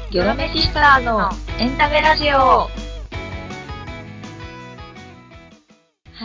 ギョロメシスターズのエンタメラジオ。はい、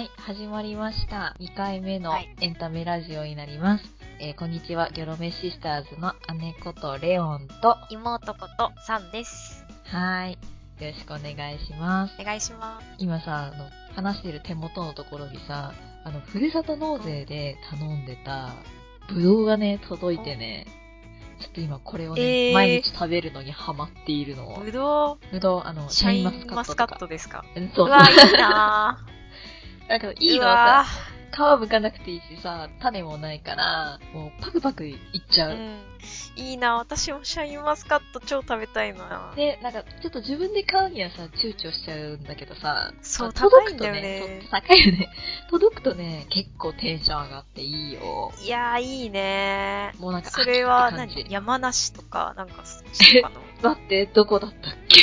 始まりました。2回目のエンタメラジオになります。こんにちは、ギョロメシスターズの姉ことレオンと妹ことサンです。 はい、よろしくお願いします。 お願いします。 今さ、話している手元のところにさ、ふるさと納税で頼んでたぶどうがね、届いてね、ちょっと今これをね、毎日食べるのにハマっているの。 ぶどう、 シャインマスカットですか？ そう。 うわ、いいなぁ。なんかいいのはさ、皮むかなくていいしさ、種もないから、もうパクパクいっちゃう。 いいな、私もシャインマスカット超食べたいな。 で、なんかちょっと自分で買うにはさ、躊躇しちゃうんだけどさ、 そう、 届くと高いんだよね。 そう、高いよね。届くとね、結構テンション上がっていいよ。 いやー、いいね。 もうなんかそれは秋って感じ。 山梨とか、なんかそっちとかの。 待って、どこだったっけ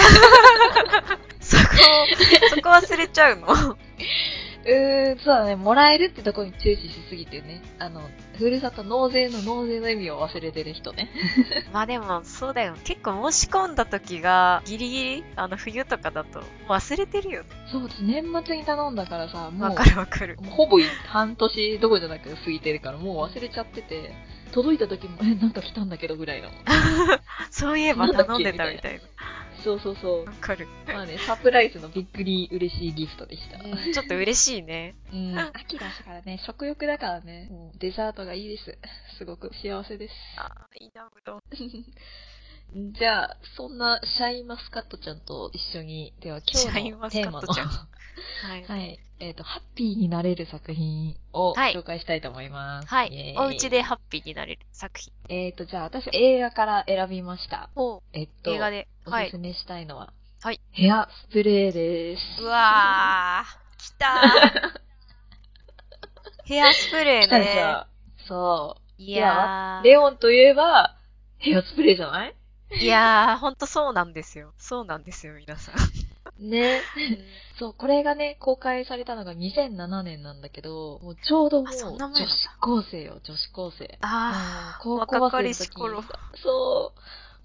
そこ忘れちゃうのそうだね、もらえるってとこに注視しすぎてね、ふるさと納税の意味を忘れてる人ね。 まあでも、そうだよ。結構申し込んだ時が、ギリギリ、冬とかだと、忘れてるよね。 そう、年末に頼んだからさ、もう、 わかる。 もうほぼ半年どころじゃなく過ぎてるから、もう忘れちゃってて、届いた時も、なんか来たんだけどぐらいの。 そういえば頼んでたみたいな。 そうそうそう。 わかる。 まあね、サプライズのびっくり嬉しいギフトでした。 ちょっと嬉しいね。 秋だしからね、食欲だからね、もうデザートがいいです。すごく幸せです。 いいな、ぶどう。 じゃあ、そんなシャインマスカットちゃんと一緒に、では今日のテーマの、 はい。 ハッピーになれる作品を紹介したいと思います。 はい。お家でハッピーになれる作品。 じゃあ私映画から選びました。 映画で。 おすすめしたいのは、 はい。 ヘアスプレーです。 うわー、来たー。ヘアスプレーね。 そう。 いやー。レオンといえば、ヘアスプレーじゃない？ いやー、ほんとそうなんですよ。そうなんですよ、皆さん。 ね。そう、これがね、公開されたのが2007年なんだけど、もうちょうどもう女子高生よ、女子高生。高校生の時にそう、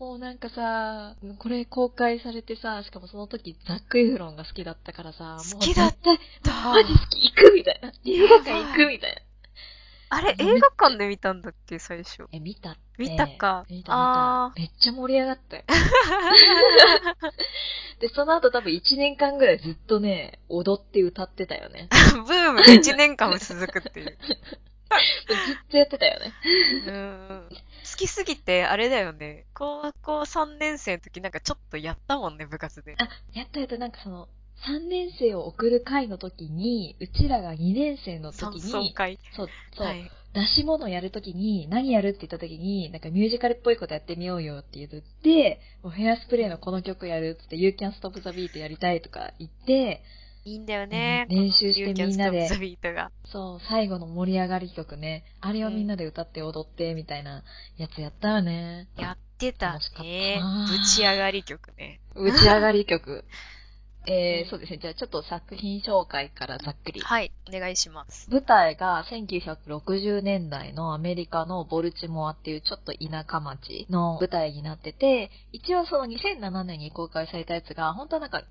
もうなんかさ、これ公開されてさ、しかもその時ザック・エフロンが好きだったからさ、 好きだった。 マジ好き、行くみたいな。映画館行くみたいな。 あれ、映画館で見たんだっけ、最初。 見たか。 見た。めっちゃ盛り上がったよ。で、その後多分1年間ぐらいずっとね、踊って歌ってたよね。 ブームが1年間も続くっていう。ずっとやってたよね。 好きすぎて、あれだよね。高校3年生の時なんかちょっとやったもんね、部活で。 やった。なんか3年生を送る会の時に、うちらが2年生の時に、 そう、 はい、出し物やる時に、何やるって言った時に、なんかミュージカルっぽいことやってみようよって言って、もうヘアスプレーのこの曲やるって言って、You Can Stop the Beat やりたいとか言って、 いいんだよね。 練習してみんなで、 そう、 最後の盛り上がり曲ね、あれをみんなで歌って踊ってみたいなやつやったよね。 やってたね。ぶち上がり曲ね。 ぶち上がり曲。そうですね。じゃあちょっと作品紹介からざっくり。 はい、お願いします。 舞台が1960年代のアメリカのボルチモアっていうちょっと田舎町の舞台になってて、一応その2007年に公開されたやつが、本当はなんか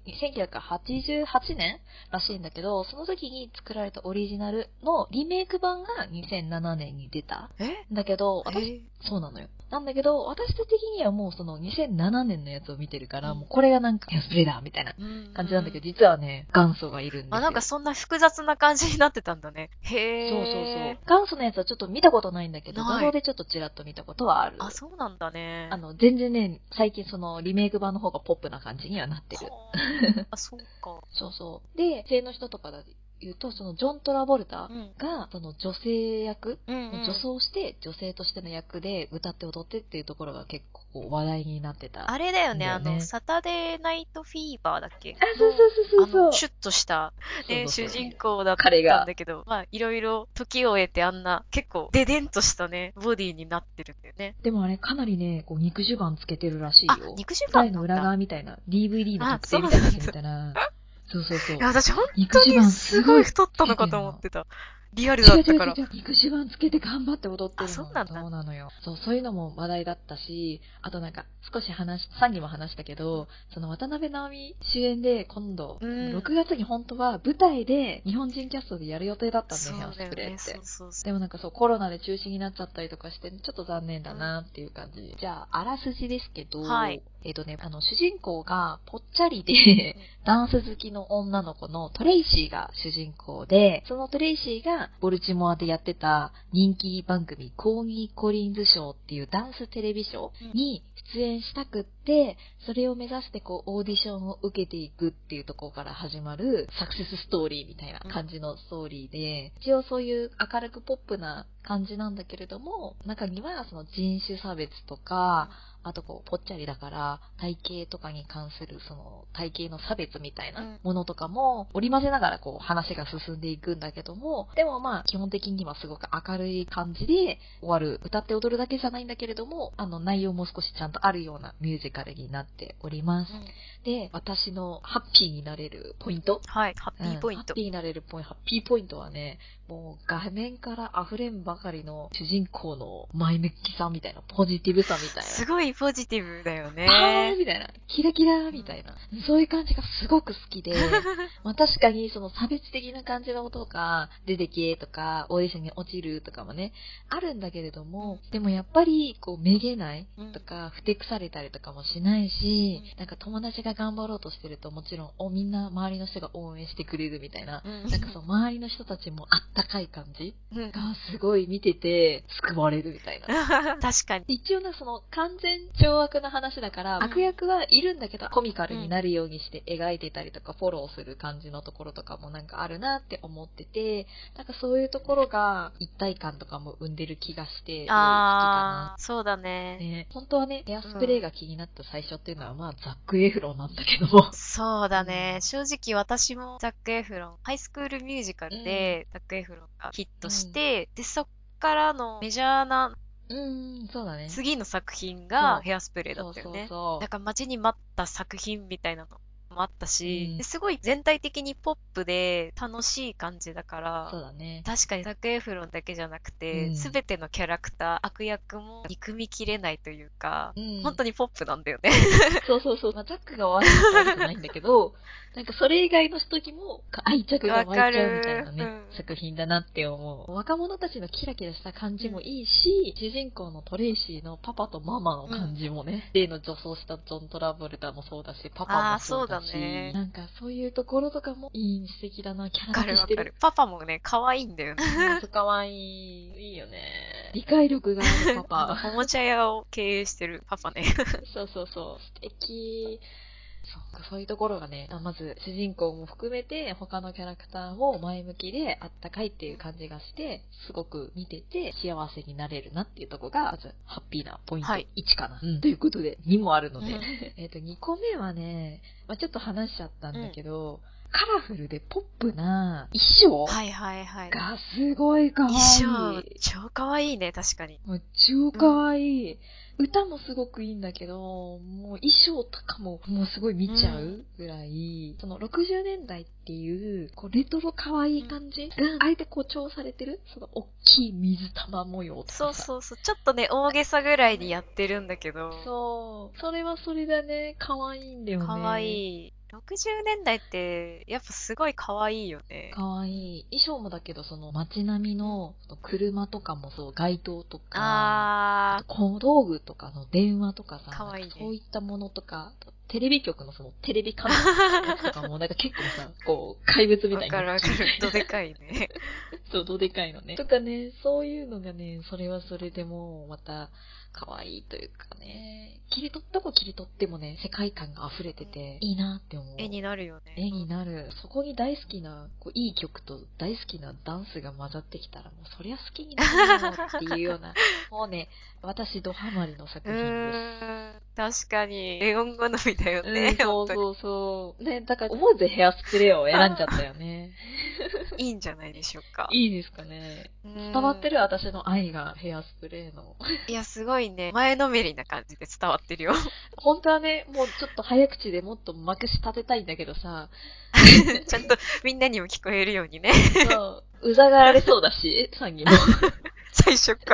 1988年らしいんだけど、その時に作られたオリジナルのリメイク版が2007年に出た。だけど、そうなのよ。なんだけど、私たち的にはもうその2007年のやつを見てるから、もうこれがなんかヘアスプレーだみたいな感じなんだけど、実はね、元祖がいるんですよ。 なんかそんな複雑な感じになってたんだね。へー。そう。元祖のやつはちょっと見たことないんだけど、画像でちょっとちらっと見たことはある。 そうなんだね。 全然ね、最近そのリメイク版の方がポップな感じにはなってる。 そうか。 そう。で、声の人とかだ言うと、そのジョン・トラボルタが、その女性役、女装して女性としての役で歌って踊ってっていうところが結構話題になってた。 あれだよね、サタデーナイトフィーバーだっけ？ そう。 シュッとした、ね、主人公だったんだけど、まあ、いろいろ時を経てあんな、結構デデンとしたね、ボディになってるんだよね。 でもあれ、かなりね、こう肉襦袢つけてるらしいよ。 肉襦袢の裏側みたいな、DVD の特典みたいなのみたいな。そう。 いや、私本当にすごい太ったのかと思ってた。 リアルだったから。 違う。肉襦袢つけて頑張って踊ってるの。 そうなんだ。 そうなのよ。そういうのも話題だったし、あとなんか、少しさっきも話したけど、その渡辺直美主演で今度、6月に本当は舞台で日本人キャストでやる予定だったんだよ、ヘアスプレーって。 そうでもなんかコロナで中止になっちゃったりとかして、ちょっと残念だなっていう感じ。じゃあ、あらすじですけど、 はい。 主人公がぽっちゃりで、ダンス好きの女の子のトレイシーが主人公で、そのトレイシーがボルチモアでやってた人気番組コーギー・コリンズショーっていうダンステレビショーに出演したくって、それを目指してオーディションを受けていくっていうところから始まるサクセスストーリーみたいな感じのストーリーで、一応そういう明るくポップな感じなんだけれども、中にはその人種差別とか、あとぽっちゃりだから体型とかに関するその体型の差別みたいなものとかも織り交ぜながら話が進んでいくんだけども、でも基本的にはすごく明るい感じで終わる、歌って踊るだけじゃないんだけれども、内容も少しちゃんとあるようなミュージカルになっております。で、私のハッピーになれるポイント。 はい、ハッピーポイント。 ハッピーになれるハッピーポイントはね、もう画面から溢れんばかりの主人公の前向きさみたいな、ポジティブさみたいな。 すごいポジティブだよね。 あーみたいな。キラキラみたいな。そういう感じがすごく好きで、確かにその差別的な感じのこととか、出てけとか、オーディションに落ちるとかもね、あるんだけれども、でもやっぱりめげないとか、ふてくされたりとかもしないし、なんか友達が頑張ろうとしてるともちろんみんな周りの人が応援してくれるみたいな、なんか周りの人たちもあったかい感じがすごい見てて救われるみたいな。 確かに。 一応その完全懲悪な話だから、悪役はいるんだけどコミカルになるようにして描いてたりとか、フォローする感じのところとかもなんかあるなって思ってて、なんかそういうところが一体感とかも生んでる気がして、すごい好きかな。 そうだね。 本当はね、ヘアスプレーが気になった最初っていうのはザック・エフロンなんだけども。 そうだね。正直私もザック・エフロン、ハイスクールミュージカルでザック・エフロンがヒットして、で、そっからのメジャーなそうだね。 次の作品がヘアスプレーだったよね。 そうなんか待ちに待った作品みたいなのもあったし、すごい全体的にポップで楽しい感じだから、 そうだね。 確かにザクエフロンだけじゃなくて、すべてのキャラクター、悪役も憎みきれないというか、本当にポップなんだよね。 そう。ザックが悪いってわけじゃないんだけど、なんかそれ以外の人にも愛着が湧いちゃうみたいなね、作品だなって思う。若者たちのキラキラした感じもいいし、主人公のトレイシーのパパとママの感じもね、例の女装したジョン・トラボルタもそうだし、パパもそうだし、なんかそういうところとかも素敵だな、キャラ立ちしてる。 パパもね、可愛いんだよね。 可愛い。いいよね。理解力があるパパ。 おもちゃ屋を経営してるパパね。 そう。素敵。そういうところがね、まず主人公も含めて他のキャラクターも前向きであったかいっていう感じがして、すごく見てて幸せになれるなっていうところが、まずハッピーなポイント1かな。ということで、2もあるので。2個目はね、ちょっと話しちゃったんだけど、カラフルでポップな衣装がすごい可愛い。 衣装、超可愛いね、確かに。 もう超可愛い。歌もすごくいいんだけど、もう衣装とかもすごい見ちゃうぐらい、その60年代っていう、レトロ可愛い感じが、あえて誇張されてる、その大きい水玉模様とかさ。 そう。ちょっとね、大げさぐらいにやってるんだけど。 そう。それはそれだね。可愛いんだよね。 可愛い。60年代って、やっぱすごい可愛いよね。 可愛い。衣装もだけど、その街並みの車とかもそう、街灯とか、あと小道具とかの電話とかさ、 可愛いね、 そういったものとか、テレビ局のそのテレビカメラのやつとかもなんか結構さ、怪物みたいな。 わかる。どでかいね。 そう、どでかいのね。とかね、そういうのがね、それはそれでもまた可愛いというかね、切り取ってもね、世界観が溢れてて、いいなって思う。 絵になるよね。 絵になる。そこに大好きな、いい曲と大好きなダンスが混ざってきたら、もうそりゃ好きになるよっていうような、もうね、私ドハマりの作品です。 確かに、レオン好みだだよね。 そうそうそう。ね、だから思わずヘアスプレーを選んじゃったよね。 いいんじゃないでしょうか。 いいですかね。伝わってる私の愛がヘアスプレーの。 いや、すごいね。前のめりな感じで伝わってるよ。 本当はね、もうちょっと早口でもっとまくし立てたいんだけどさ。 ちゃんとみんなにも聞こえるようにね。 そう。うざがられそうだし、さんにも。 最初から。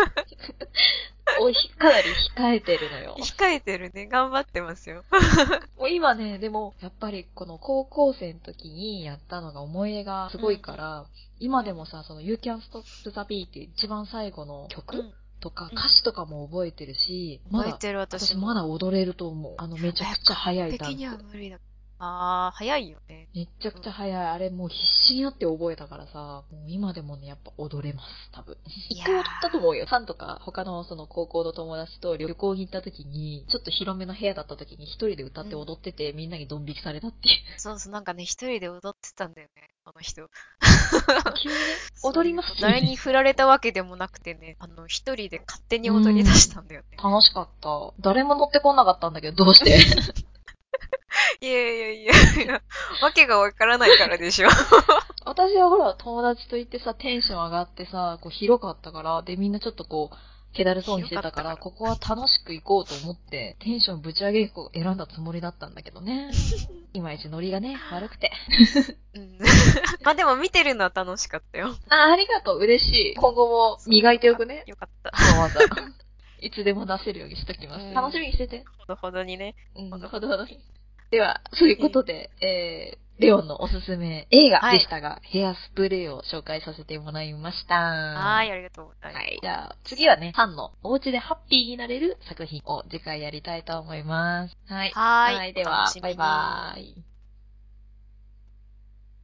かなり控えてるのよ。 控えてるね。頑張ってますよ。 もう今ね、でも、やっぱりこの高校生の時にやったのが思い出がすごいから、今でもさ、その You Can Stop the Beat っていう一番最後の曲、とか歌詞とかも覚えてるし、 覚えてる私も。 まだ踊れると思う。めちゃくちゃ速いダンス。 的には無理だ。早いよね。 めちゃくちゃ速い。あれもう必死になって覚えたからさ、もう今でもね、やっぱ踊れます、多分。一回踊ったと思うよ。さんとか他のその高校の友達と旅行に行った時に、ちょっと広めの部屋だった時に一人で歌って踊ってて、みんなにドン引きされたっていう。 そうそう、なんかね、一人で踊ってたんだよね、あの人。 急にね、踊りますって誰に振られたわけでもなくてね、一人で勝手に踊り出したんだよね。 楽しかった。誰も乗ってこなかったんだけど、どうしていやいや、わけがわからないからでしょ。 私はほら、友達と行ってさ、テンション上がってさ、こう広かったから、で、みんなちょっとこう、気だるそうにしてたから、ここは楽しく行こうと思って、テンションぶち上げる子を選んだつもりだったんだけどね。いまいちノリがね、悪くて。 まあでも見てるのは楽しかったよ。 ありがとう、嬉しい。今後も磨いておくね。 よかった。 技。いつでも出せるようにしときます。楽しみにしてて。 ほどほどにね。 ほどほどに。では、そういうことで、レオンのおすすめ映画でしたが、ヘアスプレーを紹介させてもらいました。 はい、ありがとうございます。 はい。じゃあ、次はね、ファンのお家でハッピーになれる作品を次回やりたいと思います。はい。 はい。 では、バイバーイ。